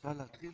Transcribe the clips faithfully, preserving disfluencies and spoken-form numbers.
אפשר להתחיל?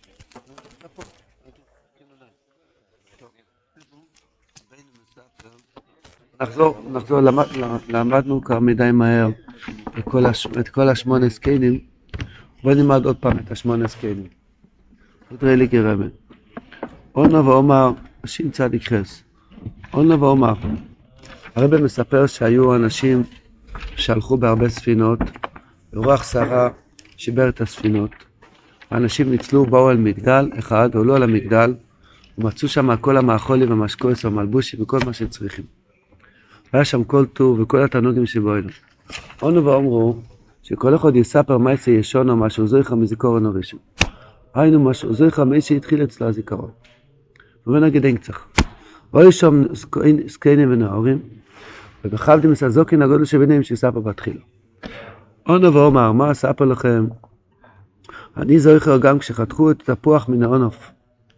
נחזור, נחזור, למדנו כבר מדי מהר את כל השמונה סקיינים. בוא נלמד עוד פעם את השמונה סקיינים. תראה לי כרבן. אונו ואומר, שין צדיק חס. אונו ואומר, הרבן מספר שהיו אנשים שהלכו בהרבה ספינות, ורוח סערה שיבר את הספינות. האנשים ניצלו, באו על מגדל אחד, עולו על המגדל, ומצאו שם כל המאכולים והמשקוס והמלבושים וכל מה שצריכים. היה שם כל טוב וכל התענוגים שבאונו. אונו ואומרו, שכל אחד יספר מה יצא ישון או משהו זויכה מזיכרון הראשון. היינו משהו זויכה מי שהתחיל אצלו הזיכרון. ונגיד אין קצח. והיו שם סקיינים ונעורים, ובחבדים את הזוקין הגודל שביניהם שיספר בתחילו. אונו ואומר, מה אספר לכם? אני זויכה גם כשחתכו את התפוח מן העונף.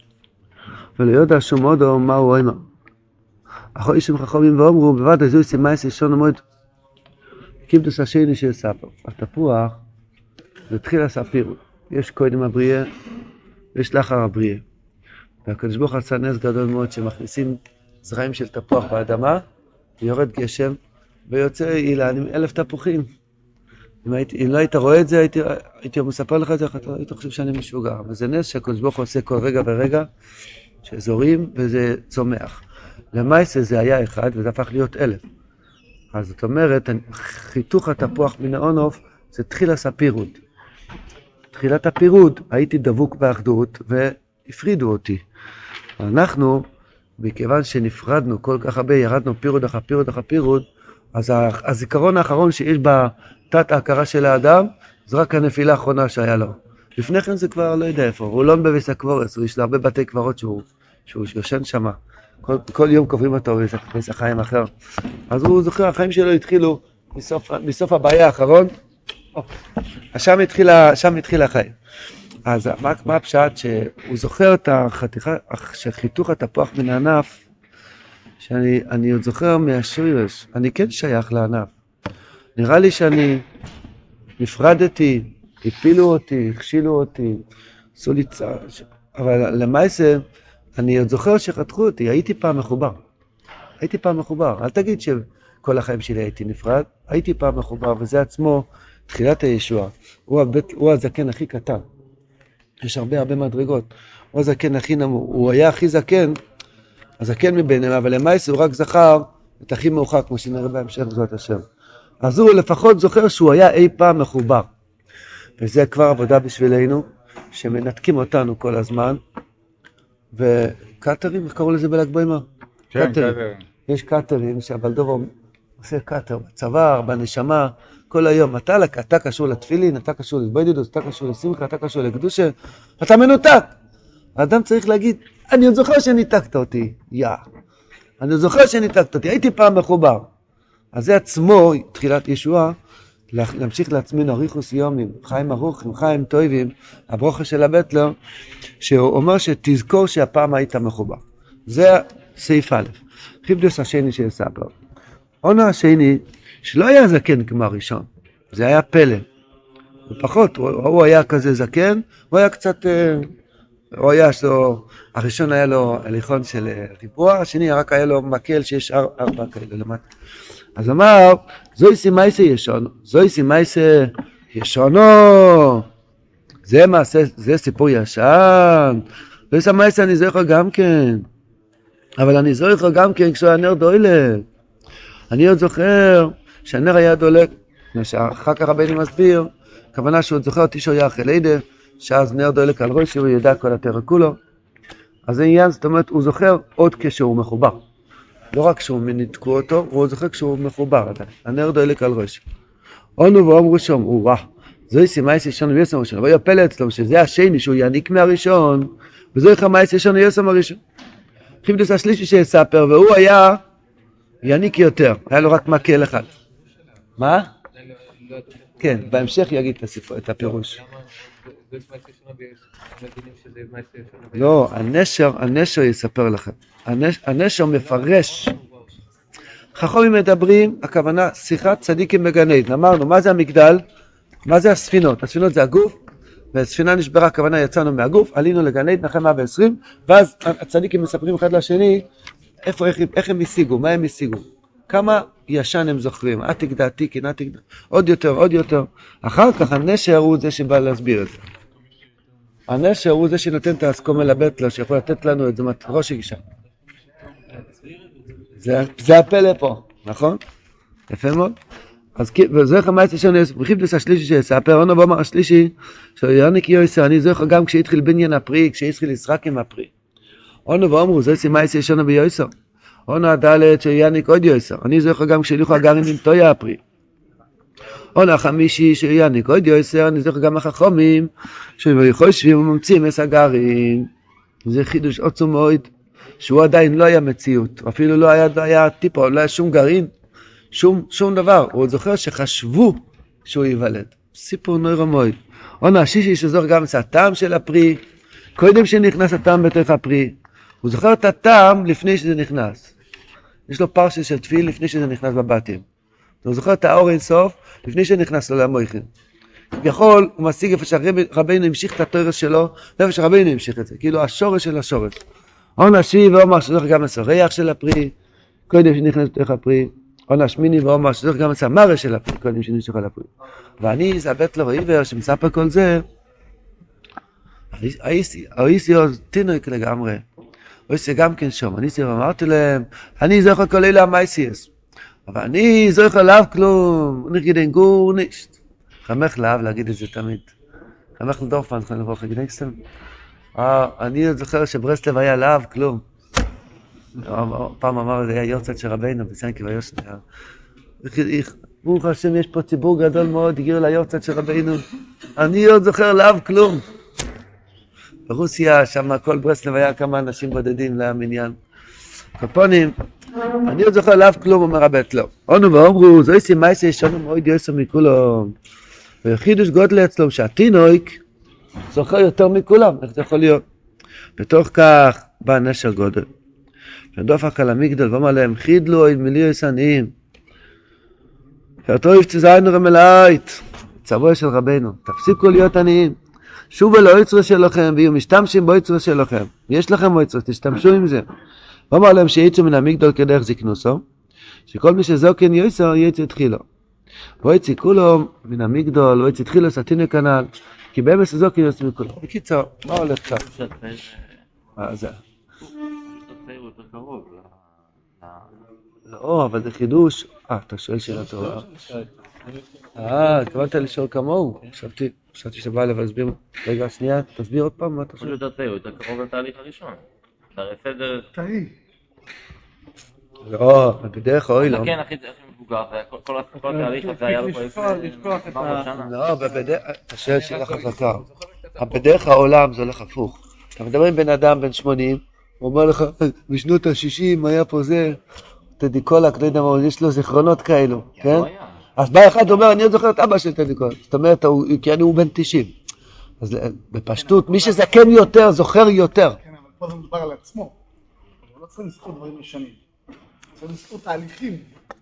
ולא יודע שום עודו מה הוא אומר. אחו אישים חכמים ואומרו, בבד הזוי סימייס ישון המועד. קימדוס השני שיספר. התפוח זה תחיל הספיר. יש קודם הבריאה, ויש לאחר הבריאה. והקדוש ברוך הוא עשה נס גדול מאוד שמכניסים זרעים של תפוח באדמה, ויורד גשם, ויוצא אילן עם אלף תפוחים. אם, הייתי, אם לא היית רואה את זה, הייתי, הייתי מספר לך את זה, היית חושב שאני משוגע. אבל זה נס שהקדוש ברוך הוא עושה כל רגע ורגע, שזורים וזה צומח. למעשה זה היה אחד, וזה הפך להיות אלף. אז זאת אומרת, חיתוך התפוח מן העונף, זה תחיל הספירות. תחילת הפירוד, הייתי דבוק באחדות, והפרידו אותי. אנחנו, מכיוון שנפרדנו כל כך הרבה, ירדנו פירוד אחר פירוד אחר פירוד, אז הזיכרון האחרון שיש בתת ההכרה של האדם, זה רק הנפילה האחרונה שהיה לו. לפני כן זה כבר לא יודע איפה, הוא לא מבביס הקבורס, יש לו הרבה בתי קברות שהוא, שהוא יושן שם. כל, כל יום קוברים אותו בביס החיים אחר. אז הוא זוכר, החיים שלו התחילו מסוף, מסוף הבעיה האחרון, שם התחיל, שם התחיל החיים. אז מה, מה הפשט? שהוא זוכר את החתיכה, שחיתוך התפוח מן הענף, שאני אני עוד זוכר מהשרירש, אני כן שייך לענף. נראה לי שאני נפרדתי, הפילו אותי, הכשילו אותי, עשו לי צער, אבל למעשה, אני עוד זוכר שחתכו אותי, הייתי פעם מחובר. הייתי פעם מחובר. אל תגיד שכל החיים שלי הייתי נפרד, הייתי פעם מחובר, וזה עצמו תחילת הישוע. הוא, הבית, הוא הזקן הכי קטן. יש הרבה הרבה מדרגות. הוא הזקן הכי נמוך. הוא היה הכי זקן, הזקן מביניהם, אבל למעשה הוא רק זכר את הכי מאוחר, כמו שנראה בהמשך בעזרת השם. אז הוא לפחות זוכר שהוא היה אי פעם מחובר. וזה כבר עבודה בשבילנו, שמנתקים אותנו כל הזמן. וקטרים, איך קראו לזה בל"ג בעומר? כן, קטרים. יש קטרים שהבלדור עושה קטר בצוואר, בנשמה, כל היום. אתה, אתה קשור לתפילין, אתה קשור לבוידדוס, אתה קשור לשמחה, אתה קשור לקדושה, אתה מנותק. האדם צריך להגיד, אני עוד זוכר שניתקת אותי, יא. אני עוד זוכר שניתקת אותי, הייתי פעם מחובר. אז זה עצמו, תחילת ישועה, להמשיך לעצמנו אריכוס יומים, חיים ארוכים, חיים טובים, הברוכה של הבית לו, שהוא אומר שתזכור שהפעם היית מחובר. זה סעיף א', חיבדוס השני שיספר. עונה השני, שלא היה זקן כמו הראשון, זה היה פלא. ופחות, הוא, הוא היה כזה זקן, הוא היה קצת, הוא היה שלו, הראשון היה לו הליכון של ריבוע, השני רק היה לו מקל שיש ארבע כאלה למטה. אז אמר, זוי סימייסה ישונו, זוי סימייסה ישונו, זה מעשה, זה סיפור ישן, זוי סימייסה אני זוכר גם כן, אבל אני זוכר גם כן כשהוא הנר דולק, אני עוד זוכר שהנר היה דולק, אחר כך רבינו מסביר, הכוונה שהוא זוכר אותי שהוא היה אחרי לידה, שאז נר דולק על ראש, שהוא ידע כל התרא כולו, אז זה עניין, זאת אומרת, הוא זוכר עוד כשהוא מחובר. לא רק כשהוא מנתקו אותו, הוא זוכר כשהוא מחובר, הנר דולק על ראש. עונו ואומרו שם, וואה, זוהי סימייס ישון ויסם הראשון, אבל יפלא אצלו, שזה השני שהוא יעניק מהראשון, וזוהי חמייס ישון ויסם הראשון. חיבדוס השלישי שיספר, והוא היה יעניק יותר, היה לו רק מקל אחד. מה? כן, בהמשך יגיד את הפירוש. לא, הנשר, הנשר יספר לכם. הנשר מפרש. חכמים מדברים, הכוונה שיחת צדיקים בגן עדן. אמרנו, מה זה המגדל? מה זה הספינות? הספינות זה הגוף, והספינה נשברה, הכוונה יצאנו מהגוף, עלינו לגן עדן אחרי מאה ועשרים, ואז הצדיקים מספרים אחד לשני, איפה, איך, איך הם השיגו, מה הם השיגו, כמה ישן הם זוכרים, עתיק דעתיקין, עתיק דעתיקין, עוד יותר, עוד יותר. אחר כך הנשר הוא זה שבא להסביר את זה. הנשר הוא זה שנותן את האסכומה לבית לו, שיכול לתת לנו את זה ראש הגישה. זה, זה הפלא פה, נכון? יפה מאוד. אז וזוכר מה יצא שלנו, בחיבדוס השלישי שיספר, עונו ואומר השלישי, שיוניק יויסר, אני זוכר גם כשהתחיל בניין הפרי, כשהתחיל ישחק עם הפרי. עונו ואומרו, זה מה יצא שלנו ביויסר. עונו הדלת שיוניק עוד יויסר, אני זוכר גם כשהליכו הגרעינים טויה הפרי. עונו החמישי שיוניק עוד יויסר, אני זוכר גם החכמים, שחושבים וממציאים את הגרעין. זה חידוש עצום מאוד, שהוא עדיין לא היה מציאות, אפילו לא היה, לא היה טיפה, לא היה שום גרעין, שום, שום דבר. הוא זוכר שחשבו שהוא ייוולד. סיפור נוירו מועד. עונה השישי שזוכר גם את הטעם של הפרי, קודם שנכנס הטעם בתוך הפרי. הוא זוכר את הטעם לפני שזה נכנס. יש לו פרשת של תפיל לפני שזה נכנס בבתים. הוא זוכר את האור אינסוף לפני שנכנס לו למויכין. כביכול הוא משיג איפה שרבינו המשיך את התורס שלו, ואיפה שרבינו המשיך את זה. כאילו השורש של השורש. עונה שישי ואומר שזוכר גם את הריח של הפרי, קודם שנכנס בתוך הפרי. עונה שמיני ואומר שזוכר גם את המראה של הפרי, קודם שנמשך על הפרי. ואני, זה הבית לו עיוור שמספר כל זה, האיסי עוד תינוק לגמרי. האיסי גם כן שום. אני אמרתי להם, אני זוכר כל אלה המייסיאס. אבל אני זוכר לאו כלום, נגיד אין גור נשת. חמך לאו להגיד את זה תמיד. חמך לדורפן, חמך לבוא חגיד אקסטם. אני זוכר שברסלב היה לאו כלום. פעם אמר, זה היה יורצת של רבינו, בסיינקי ויושן. ברוך השם, יש פה ציבור גדול מאוד, הגיעו ליורצת של רבינו. אני עוד זוכר לאו כלום. ברוסיה, שם כל ברסלב היה כמה אנשים בודדים למניין. קופונים, אני עוד זוכר לאו כלום, אומר הבית לו. עונו ואומרו, זו איסי מייסי ישנו מאוד יוסר מכולם. וחידוש גודל אצלו, שהתינוק זוכר יותר מכולם, איך זה יכול להיות? בתוך כך בא נשר גודל. ודופק על המגדל ואומר להם, חידלו את מיליוס עניים. הרטוב צזיינו רמלאית, צבוע של רבנו, תפסיקו להיות עניים. שובו לאויצרו שלכם, ויהיו משתמשים באויצרו שלכם. יש לכם אויצרו, תשתמשו עם זה. ואומר להם שיצאו מן המגדל כדרך זקנוסו, שכל מי שזוקן יויסר יצא תחילו. ואויצי כולו מן המגדל, ואויצי תחילו סתינו כנל, כי באמס זוקן יוצא מכולו. בקיצור, מה הולך כאן? מה זה? לא, אבל זה חידוש. אה, אתה שואל שאלה טובה. אה, התכוונת לשאול כמוהו. חשבתי, חשבתי שבא אליו להסביר. רגע, שנייה, תסביר עוד פעם מה אתה שואל. הוא יותר צעיר, הוא יותר קרוב לתהליך הראשון. זה הרי סדר... תהי. לא, בדרך אוי לא. כן, הכי מבוגר, כל התהליך הזה היה לו פה איפה... לא, בדרך... אתה שואל שאלה חזקה. בדרך העולם זה הולך הפוך. אתה מדבר עם בן אדם בן שמונים, הוא אומר לך, בשנות ה-שישים היה פה זה, טדיקולק, לא יודע מה, יש לו זיכרונות כאלו, כן? אז בא אחד אומר, אני עוד זוכר את אבא של טדיקולק, זאת אומרת, כי אני הוא בן תשעים. אז בפשטות, מי שזקן יותר, זוכר יותר. כן, אבל פה זה מדובר על עצמו. הוא לא צריך לזכור דברים ישנים. צריך לזכור תהליכים.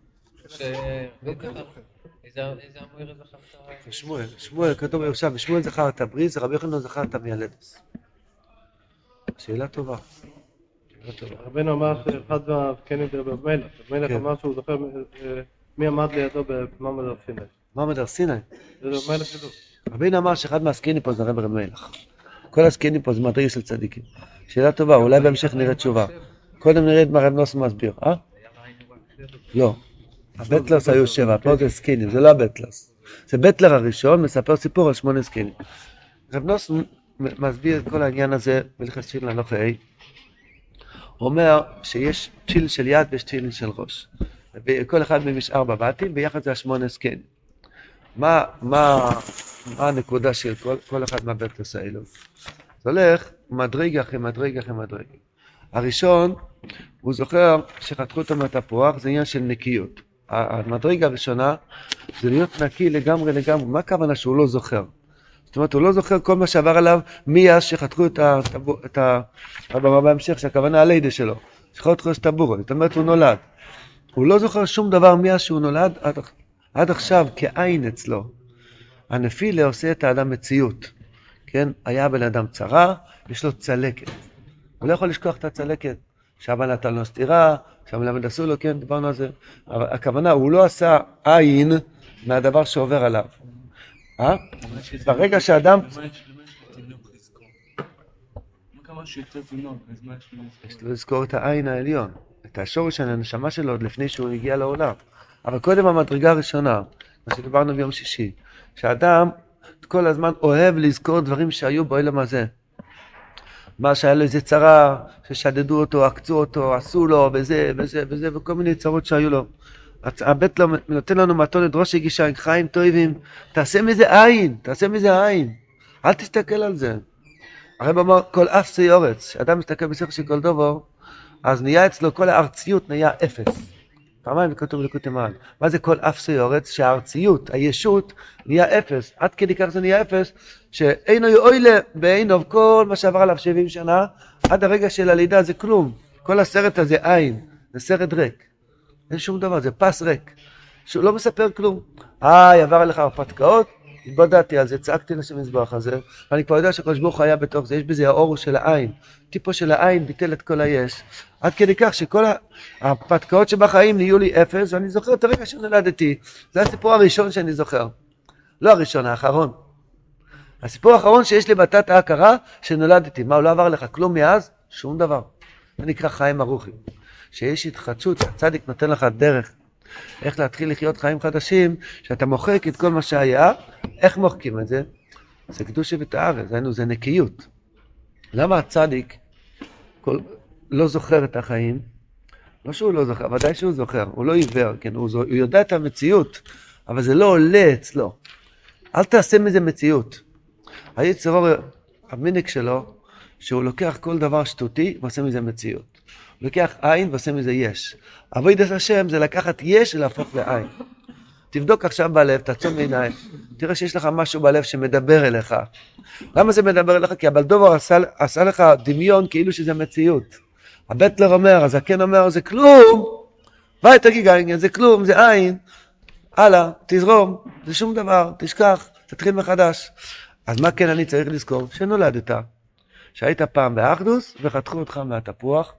איזה אמור זכר את ה... שמואל, שמואל, כתוב עכשיו, שמואל זכר את הבריז, רבי יוחנן זכר את המיילדס. שאלה טובה. רבנו אמר שאחד מהזקנים זה רבי מלך. רבי מלך אמר שהוא זוכר מי עמד לידו במעמד הר סיני. מעמד הר סיני? זה רבי מלך ידוע. רבינו אמר שאחד מהזקנים פה זה רבי מלך. כל הזקנים פה זה מדרגה של צדיקים. שאלה טובה, אולי בהמשך נראה תשובה. קודם נראה את מה רב נוסון מסביר, אה? לא. הבטלרס היו שבע, פה זה זקנים, זה לא הבטלרס. זה בטלר הראשון, מספר סיפור על שמונה זקנים. רב נוסון מסביר את כל העניין הזה בלכת תפילין להלכה ה'. הוא אומר שיש תפילין של יד ויש תפילין של ראש. כל אחד מהם יש ארבע בתים, ביחד זה השמונה זקנים. מה, מה, מה הנקודה של כל, כל אחד מהבטלרס האלו? זה הולך מדרגה אחרי מדרגה אחרי מדרגה. הראשון, הוא זוכר שחתכו אותו מהתפוח, זה עניין של נקיות. המדרגה הראשונה זה להיות נקי לגמרי לגמרי. מה הכוונה שהוא לא זוכר? זאת אומרת, הוא לא זוכר כל מה שעבר עליו מאז שחתכו את הבמה בהמשך, שהכוונה הלידה שלו. שחתכו את הטבורו, זאת אומרת, הוא נולד. הוא לא זוכר שום דבר מאז שהוא נולד עד, עד עכשיו כעין אצלו. הנפילה עושה את האדם מציאות. כן, היה בן אדם צרה, יש לו צלקת. הוא לא יכול לשכוח את הצלקת. שאבא נתן לו סתירה, שהמלמד עשו לו, כן, דיברנו על זה. אבל הכוונה, הוא לא עשה עין מהדבר שעובר עליו. אה? ברגע שאדם... יש לו לזכור את העין העליון, את השורש של הנשמה שלו עוד לפני שהוא הגיע לעולם. אבל קודם המדרגה הראשונה, מה שדיברנו ביום שישי, שהאדם כל הזמן אוהב לזכור דברים שהיו בעולם הזה. מה שהיה לו איזה צרה, ששדדו אותו, עקצו אותו, עשו לו, וזה, וזה, וזה, וכל מיני צרות שהיו לו. הבית לו, נותן לנו מתונת ראש הגישה, חיים טובים, תעשה מזה עין, תעשה מזה עין. אל תסתכל על זה. הרב אמר, כל אף סיורץ, שאדם מסתכל בספר של כל דובר, אז נהיה אצלו כל הארציות נהיה אפס. פעמיים כתוב לקוטי מרן. מה זה כל אף סיורץ? שהארציות, הישות, נהיה אפס. עד כדי כך זה נהיה אפס, שאינו יואילה בעיניו כל מה שעבר עליו שבעים שנה, עד הרגע של הלידה זה כלום. כל הסרט הזה עין, זה סרט ריק. אין שום דבר, זה פס ריק. שהוא לא מספר כלום. אה, עבר עליך הרפתקאות, התבודדתי על זה, צעקתי לשם מזבח הזה, ואני כבר יודע שהקדוש ברוך הוא היה בתוך זה, יש בזה האור של העין. טיפו של העין ביטל את כל היש. עד כדי כך שכל ההרפתקאות שבחיים נהיו לי אפס, ואני זוכר את הרגע שנולדתי. זה הסיפור הראשון שאני זוכר. לא הראשון, האחרון. הסיפור האחרון שיש לי בתת ההכרה שנולדתי. מה, הוא לא עבר לך כלום מאז? שום דבר. זה נקרא חיים ארוכים. שיש התחדשות, הצדיק נותן לך דרך. איך להתחיל לחיות חיים חדשים, שאתה מוחק את כל מה שהיה. איך מוחקים את זה? זה קדושה ותארה, זה, זה נקיות. למה הצדיק כל, לא זוכר את החיים? לא שהוא לא זוכר, ודאי שהוא זוכר, הוא לא עיוור, כן? הוא, הוא יודע את המציאות, אבל זה לא עולה אצלו. אל תעשה מזה מציאות. היצר אור, המינק שלו, שהוא לוקח כל דבר שטותי ועושה מזה מציאות. הוא לוקח עין ועושה מזה יש. עבודת השם זה לקחת יש ולהפוך לעין. תבדוק עכשיו בלב, תעצום עיניים, תראה שיש לך משהו בלב שמדבר אליך. למה זה מדבר אליך? כי הבלדובר עשה, עשה לך דמיון כאילו שזה מציאות. הבטלר אומר, הזקן אומר, זה כלום, ואי תגיד עין, זה כלום, זה עין, הלאה, תזרום, זה שום דבר, תשכח, תתחיל מחדש. אז מה כן אני צריך לזכור? שנולדת, שהיית פעם באחדוס וחתכו אותך מהתפוח,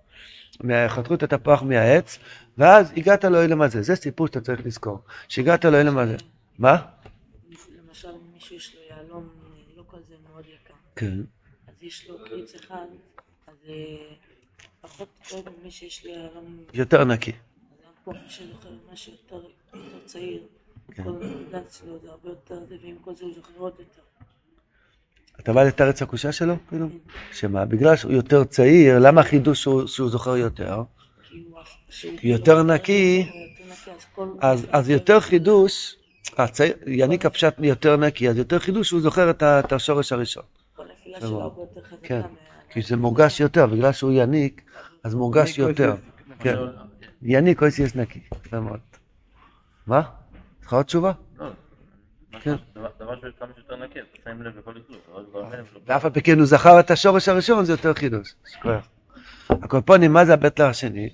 חתכו את התפוח מהעץ, ואז הגעת לאילם הזה. זה סיפור שאתה צריך לזכור, שהגעת לאילם הזה. מה? למשל, מי שיש לו יעלום לא כזה מאוד יקר. כן. אז יש לו קריץ אחד, אז פחות טוב מי שיש לו יעלום... יותר נקי. אז פה מי שזוכר משהו יותר צעיר, כן. כל נקודה שלו זה הרבה יותר זה, ועם כל זה הוא זוכר עוד יותר. אתה בא לתרץ הקושה שלו? כאילו? שמה? בגלל שהוא יותר צעיר, למה החידוש שהוא, שהוא זוכר יותר? כי יותר נקי, אז, אז יותר חידוש, הצעיר, יניק הפשט יותר נקי, אז יותר חידוש הוא זוכר את, את השורש הראשון. כל נפילה שלו הרבה יותר חזקה. כן, כי זה מורגש יותר, בגלל שהוא יניק, אז מורגש יותר. כן, יניק או יש נקי, זה מאוד. מה? לך עוד תשובה? כן. דבר שיש כמה שיותר נקי, אתה שמים לב לכל לכלוך. ואף על פי כן הוא זכר את השורש הראשון, זה יותר חידוש. הקופונים, מה זה הבטלר השני?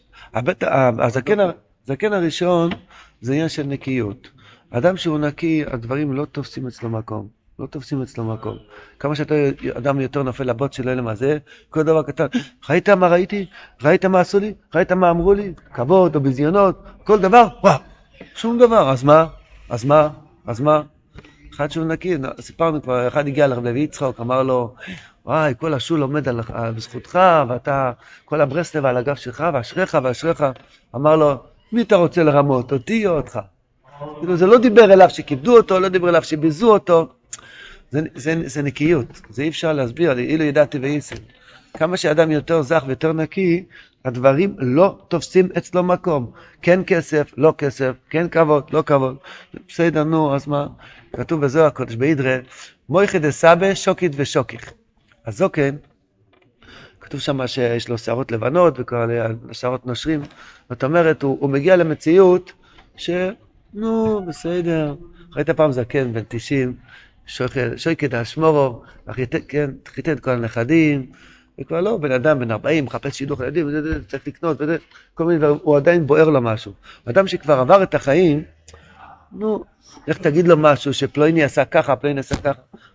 הזקן הראשון זה עניין של נקיות. אדם שהוא נקי, הדברים לא תופסים אצלו מקום. לא תופסים אצלו מקום. כמה שאתה אדם יותר נופל לבוט של אלה מה זה, כל דבר קטן. ראית מה ראיתי? ראית מה עשו לי? ראית מה אמרו לי? כבוד או בזיונות? כל דבר? וואו, שום דבר. אז מה? אז מה? אז מה? אחד שהוא נקי, סיפרנו כבר, אחד הגיע לרב לוי יצחק, אמר לו, וואי, כל השול עומד על, בזכותך, ואתה, כל הברסלב על הגב שלך, ואשריך ואשריך. אמר לו, מי אתה רוצה לרמות, אותי או אותך? כאילו, זה לא דיבר אליו שכיבדו אותו, לא דיבר אליו שביזו אותו. זה, זה, זה נקיות, זה אי אפשר להסביר, אילו ידעתי ואיסן. כמה שאדם יותר זך ויותר נקי, הדברים לא תופסים אצלו מקום. כן כסף, לא כסף, כן כבוד, לא כבוד. בסדר, נו, אז מה? כתוב בזוהר הקודש בהידרה, מויכי דסבא שוקית ושוקיך. הזוקן, כתוב שם שיש לו שערות לבנות וכל השערות נושרים. זאת אומרת, הוא, הוא מגיע למציאות ש... נו, בסדר. ראית פעם זקן בן תשעים, שויקד השמורו, כן, חיתן את כל הנכדים, וכבר לא, בן אדם בן ארבעים, מחפש שידוך ילדים, וזה, צריך לקנות, וזה, כל מיני דברים, הוא עדיין בוער לו משהו. אדם שכבר עבר את החיים, נו, איך תגיד לו משהו שפלויני עשה ככה, פלויני עשה ככה,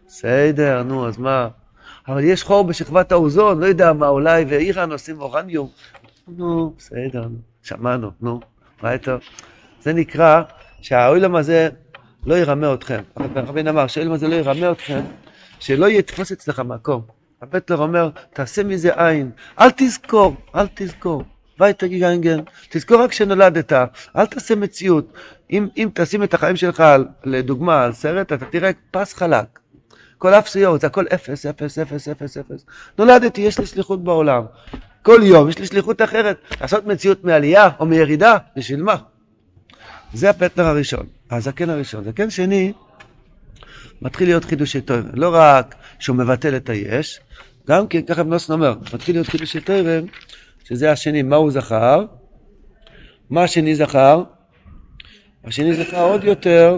בסדר, נו, אז מה? אבל יש חור בשכבת האוזון, לא יודע מה, אולי, ואיראן עושים אורניום. נו, בסדר, נו, שמענו, נו, מה יותר? זה נקרא שהעולם הזה לא ירמה אתכם. הרבן אמר שהעולם הזה לא ירמה אתכם, שלא יתפוס אצלך מקום. הבטלר אומר, תעשה מזה עין, אל תזכור, אל תזכור. וייטר גיגנגן, תזכור רק שנולדת, אל תעשה מציאות. אם, אם תשים את החיים שלך, לדוגמה, על סרט, אתה תראה פס חלק. כל אפסיות, זה הכל אפס, אפס, אפס, אפס, אפס. נולדתי, יש לי שליחות בעולם. כל יום יש לי שליחות אחרת. לעשות מציאות מעלייה או מירידה, בשביל מה? זה הפטנר הראשון. הזקן הראשון. זקן שני, מתחיל להיות חידושי תורה. לא רק שהוא מבטל את היש, גם כן, ככה בנוסן אומר, מתחיל להיות חידושי תורה, שזה השני, מה הוא זכר? מה השני זכר? השני זכר עוד יותר,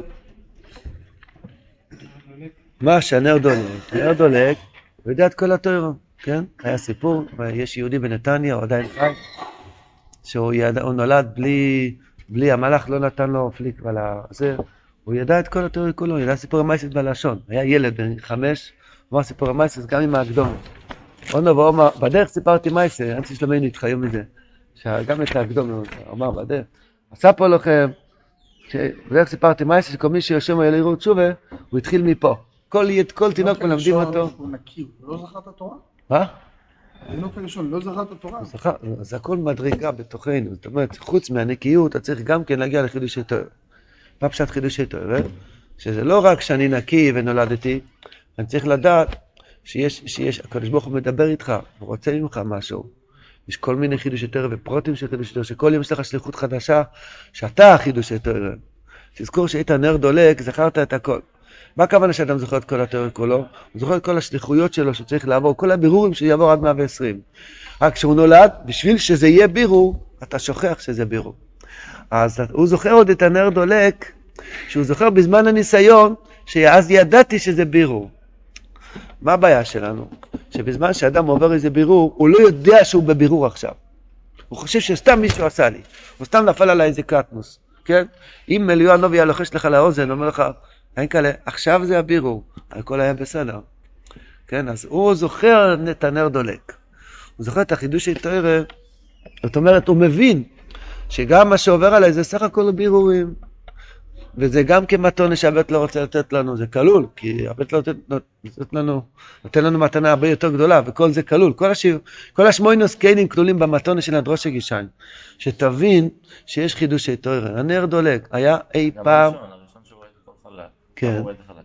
מה שהנר דולק. הנר דולק, הוא יודע את כל התורה, כן? היה סיפור, ויש יהודי בנתניה, הוא עדיין חי, שהוא ידע, הוא נולד בלי, בלי, המלאך לא נתן לו פליק על זה, הוא ידע את כל התורה כולו, הוא ידע סיפור המייסית בלשון, היה ילד בן חמש, הוא אמר סיפור המייסית גם עם ההקדום. אונו ואומר, בדרך סיפרתי מייסית, אני חושב שלמנו התחיו מזה, שגם את ההקדום, הוא אמר בדרך, עשה פה לכם, בדרך סיפרתי מייסית, שכל מי שיושב היה לירות תשובה, הוא התחיל מפה. כל ילד, כל תינוק מלמדים אותו. הוא נקי, הוא לא זכר את התורה? מה? התינוק הראשון, לא זכר את התורה? אז הכל מדרגה בתוכנו, זאת אומרת, חוץ מהנקיות, אתה צריך גם כן להגיע לחידושי תורה. מה פשט חידושי תורה? שזה לא רק שאני נקי ונולדתי, אני צריך לדעת שיש, שיש, הקדוש ברוך הוא מדבר איתך, הוא רוצה ממך משהו. יש כל מיני חידושי תורה ופרוטים של חידושי תורה, שכל יום יש לך שליחות חדשה, שאתה החידושי תורה. תזכור שהיית נר דולק, זכרת את הכל. מה הכוונה שאדם זוכר את כל התיאוריה כולו? הוא זוכר את כל השליחויות שלו שצריך לעבור, כל הבירורים שיעבור עד מאה ועשרים. רק כשהוא נולד, בשביל שזה יהיה בירור, אתה שוכח שזה בירור. אז הוא זוכר עוד את הנר דולק, שהוא זוכר בזמן הניסיון, שאז ידעתי שזה בירור. מה הבעיה שלנו? שבזמן שאדם עובר איזה בירור, הוא לא יודע שהוא בבירור עכשיו. הוא חושב שסתם מישהו עשה לי, הוא סתם נפל עליי איזה קטנוס, כן? אם אליהו הנביא היה לוחש לך לאוזן, אומר לך, אין כאלה, עכשיו זה הבירור, הכל היה בסדר. כן, אז הוא זוכר את הנר דולק. הוא זוכר את החידושי תורה, זאת אומרת, הוא מבין שגם מה שעובר עליי זה סך הכל בירורים. וזה גם כמתונה שהבית לא רוצה לתת לנו, זה כלול, כי הבית לא רוצה לתת לנו, נותן לנו מתנה הרבה יותר גדולה, וכל זה כלול. כל, השיר, כל השמוינוס קיינים כלולים במתונה של הדרוש הגישיים. שתבין שיש חידושי תורה. הנר דולק, היה אי פעם... כן.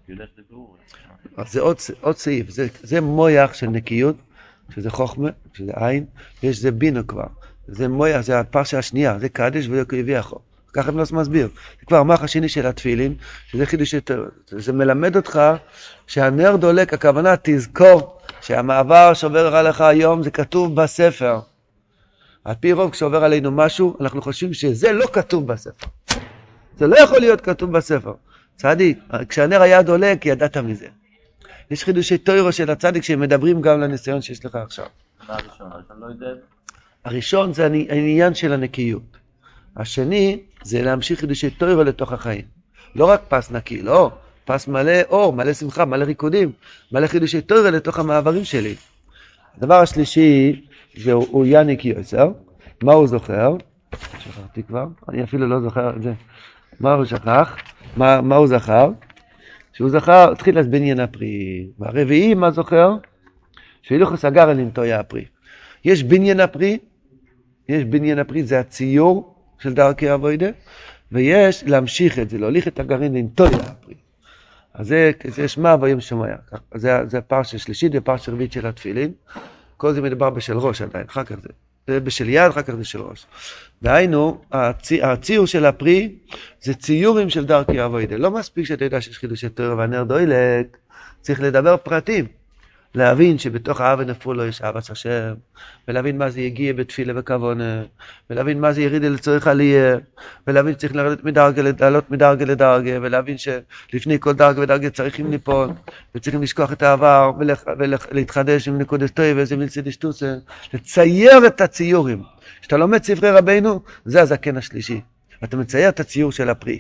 אז זה עוד, עוד סעיף, זה, זה מויח של נקיות, שזה חוכמה, שזה עין, ויש זה בינו כבר. זה מויח, זה הפרשה השנייה, זה קדש ויוקו יביחו. ככה אני לא מסביר. זה כבר המוח השני של התפילין, שזה חידוש יותר. זה מלמד אותך שהנר דולק, הכוונה תזכור שהמעבר שעובר עליך היום זה כתוב בספר. על פי רוב כשעובר עלינו משהו, אנחנו חושבים שזה לא כתוב בספר. זה לא יכול להיות כתוב בספר. צדיק, כשהנר היה דולק, ידעת מזה. יש חידושי תורה של הצדיק שמדברים גם לניסיון שיש לך עכשיו. מה הראשון? הראשון לא יודע? הראשון זה העניין של הנקיות. השני זה להמשיך חידושי תורה לתוך החיים. לא רק פס נקי, לא. פס מלא אור, מלא שמחה, מלא ריקודים. מלא חידושי תורה לתוך המעברים שלי. הדבר השלישי זה הוא יניק יוסר. מה הוא זוכר? שכחתי כבר. אני אפילו לא זוכר את זה. מה הוא שכח? מה, מה הוא זכר? שהוא זכר, התחיל אז בניין הפרי. והרביעי, מה זוכר? שהילוך סגר על נמטויה הפרי. יש בניין הפרי, יש בניין הפרי, זה הציור של דרכי עבודה, ויש להמשיך את זה, להוליך את הגרעין לנטויה הפרי. אז זה, זה שמה ויום שמיה. זה, זה הפרשה שלישית ופרשה רביעית של התפילין. כל זה מדבר בשל ראש עדיין, אחר כך זה. זה בשל יד, אחר כך זה של ראש. והיינו, הצי, הציור של הפרי זה ציורים של דרכי עבודה. לא מספיק שאתה יודע שיש חידושי תורה והנר דולק, צריך לדבר פרטים. להבין שבתוך האבן אפולו יש אהבת השם, ולהבין מה זה יגיע בתפילה וכוונה, ולהבין מה זה ירידה לצורך עלייה, ולהבין שצריך לרדת מדרגה, לעלות מדרגה לדרגה, ולהבין שלפני כל דרגה ודרגה צריכים ליפול, וצריכים לשכוח את העבר, ולהתחדש עם נקודת טוב, ואיזה מילסי דשטוסה, לצייר את הציורים. כשאתה לומד ספרי רבינו, זה הזקן השלישי. אתה מצייר את הציור של הפרי.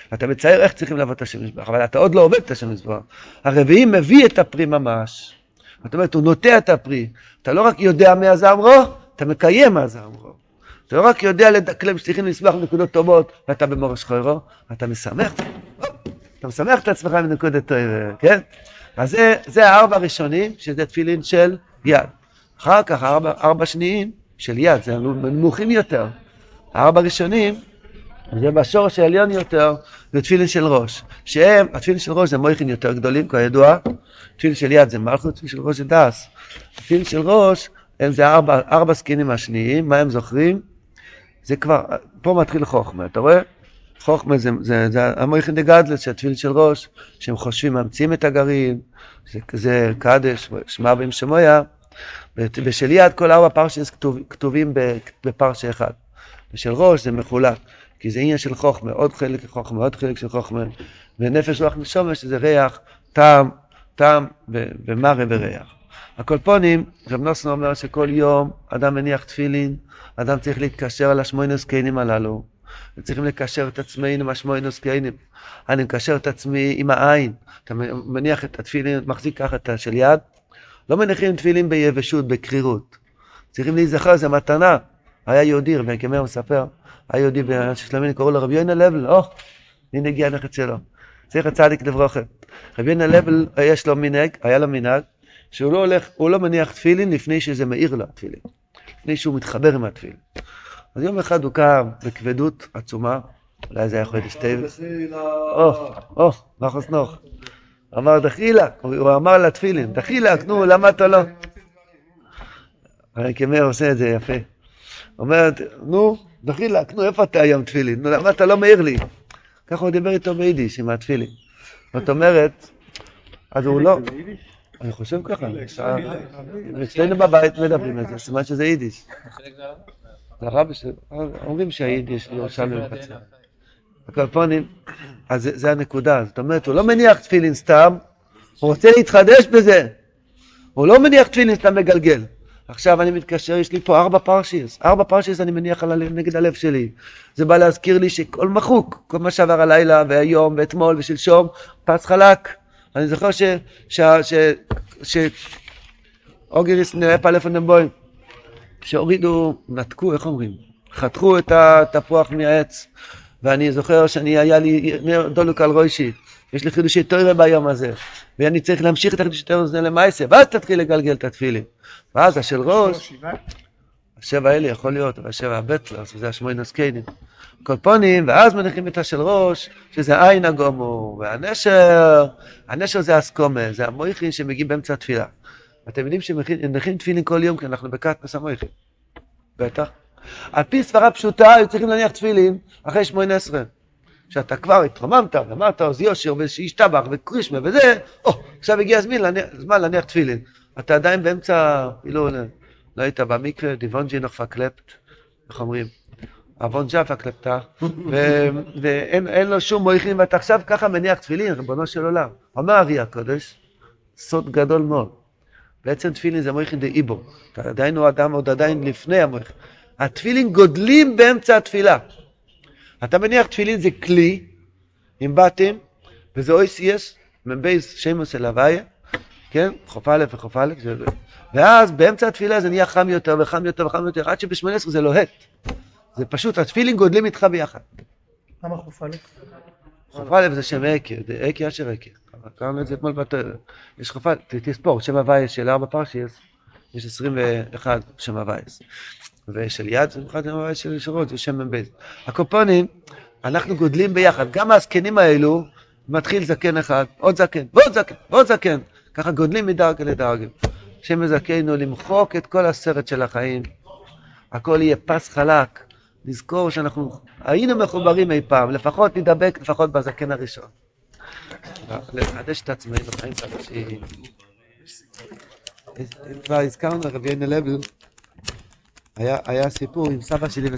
אתה מצייר איך צריכים לעבוד את השם יזבח, אבל אתה עוד לא עובד את השם יזבח. הרביעי מביא את הפרי ממש. זאת אומרת, הוא נוטע את הפרי. אתה לא רק יודע מה זה אמרו, אתה מקיים מה זה אמרו. אתה לא רק יודע לדקלם שליחים לסמך נקודות טובות, ואתה במורש חוירו, אתה משמח, אתה משמח את עצמך מנקודת טובה, כן? אז זה, זה הארבע הראשונים, שזה תפילין של יד. אחר כך, הארבע, ארבע שניים של יד, זה נמוכים יותר. הארבע ראשונים, זה בשורש העליון יותר, זה תפילין של ראש. שהם, התפילין של ראש זה מויכין יותר גדולים, כידוע. תפילין של יד זה מלכות, תפילין של ראש זה דס. תפילין של ראש, הם זה ארבע, ארבע סקינים השניים, מה הם זוכרים? זה כבר, פה מתחיל חוכמה, אתה רואה? חוכמה זה, זה, זה המויכין דגדלס, שהתפילין של ראש, שהם חושבים, ממציאים את הגרעין, זה, זה קדש, שמע בהם שמויה. בשל יד כל ארבע פרשס כתוב, כתובים בפרשה אחד. בשל ראש זה מחולק, כי זה עניין של חוכמה, עוד חלק של חוכמה, עוד חלק של חוכמה, ונפש רוח נשמה שזה ריח, טעם, טעם ומראה וריח. הקולפונים, רב נוסון אומר שכל יום אדם מניח תפילין, אדם צריך להתקשר על השמונה סקיינים הללו, צריכים לקשר את עצמנו עם השמונה סקיינים. אני מקשר את עצמי עם העין, אתה מניח את התפילין, מחזיק ככה את של יד, לא מניחים תפילין ביבשות, בקרירות. צריכים להיזכר, זה מתנה. היה יהודי, רבי כמר מספר, היה יהודי בשלמיני, קראו לו רבי יונה לבל, או, הנה הגיע הנכד שלו. צריך הצדיק לברוכה. רבי יונה לבל, יש לו מנהג, היה לו מנהג, שהוא לא הולך, הוא לא מניח תפילין לפני שזה מאיר לו התפילין. לפני שהוא מתחבר עם התפילין. אז יום אחד הוא קם בכבדות עצומה, אולי זה היה חודש טבע. או, או, מה חוסנוך? אמר דחילה, הוא אמר לתפילין, דחילה, נו, למה אתה לא? רבי כמר עושה את זה יפה. אומרת, נו, דחילה, נו, איפה אתה היום תפילין? נו, למה אתה לא מאיר לי? ככה הוא דיבר איתו ביידיש עם התפילין. זאת אומרת, אז הוא לא... אני חושב ככה, אצלנו בבית מדברים על זה, סימן שזה יידיש. זה הרבי, אומרים שהיידיש לא שם מבצע. הקלפונים, אז זה הנקודה, זאת אומרת, הוא לא מניח תפילין סתם, הוא רוצה להתחדש בזה. הוא לא מניח תפילין סתם מגלגל. עכשיו אני מתקשר, יש לי פה ארבע פרשיס, ארבע פרשיס אני מניח על הלב, נגד הלב שלי. זה בא להזכיר לי שכל מחוק, כל מה שעבר הלילה והיום ואתמול ושלשום, פס חלק. אני זוכר ש... ש... ש... ש... אוגריס נראה פלאפון בוים, שהורידו, נתקו, איך אומרים? חתכו את התפוח מהעץ, ואני זוכר שאני היה לי דולוק על ראשי, יש לי חידושי תורה ביום הזה, ואני צריך להמשיך את החידושי תורה הזה למעשה, ואז תתחיל לגלגל את התפילין. ואז השל ראש, השבע האלה יכול להיות, והשבע הבטלס, וזה השמונה סקיינים, קולפונים, ואז מניחים את השל ראש, שזה עין הגומו, והנשר, הנשר זה הסקומה, זה המויכין שמגיעים באמצע התפילה. אתם יודעים שמניחים תפילין כל יום, כי אנחנו בקטנוס המויכין. בטח. על פי סברה פשוטה, היו צריכים להניח תפילין אחרי שמונה עשרה. שאתה כבר התרוממת, ואמרת, עוז יושר, וישתבח, וקרישמה, וזה, או, עכשיו הגיע הזמן להניח תפילין. אתה עדיין באמצע, אילו, לא היית במקווה, דיוונג'י נוחפה קלפט, איך אומרים? אבונג'ה פקלפטה, ואין לו שום מויכין, ואתה עכשיו ככה מניח תפילין, ריבונו של עולם. אומר אבי הקודש, סוד גדול מאוד. בעצם תפילין זה מויכין דה איבו. עדיין הוא אדם עוד עדיין לפני המויכין. התפילין גודלים באמצע התפילה. אתה מניח תפילין זה כלי, עם בתים, וזה אוי סייס, מבייס שמוס אל הוויה, כן? חוף א' וחוף א', ואז באמצע התפילה זה נהיה חם יותר וחם יותר וחם יותר, עד שבשמונה עשרה זה לוהט. זה פשוט, התפילין גודלים איתך ביחד. למה חוף א'? חוף א' זה שם עקר, זה עקר אשר עקר. קראנו את זה אתמול בתורה. יש חוף א', תספור, שם הוויה של ארבע פרשיות, יש עשרים ואחת שם הוויה. ושל יד, זה אחד הוויה של שרות, זה שם מבית. הקופונים, אנחנו גודלים ביחד. גם הזקנים האלו, מתחיל זקן אחד, עוד זקן, ועוד זקן, ועוד זקן. ככה גודלים מדרגה לדרגה. שם זקנו למחוק את כל הסרט של החיים. הכל יהיה פס חלק. נזכור שאנחנו היינו מחוברים אי פעם, לפחות נדבק, לפחות בזקן הראשון. לחדש את עצמנו בחיים חדשים. כבר הזכרנו רבי יונה לבל, היה סיפור עם סבא שלי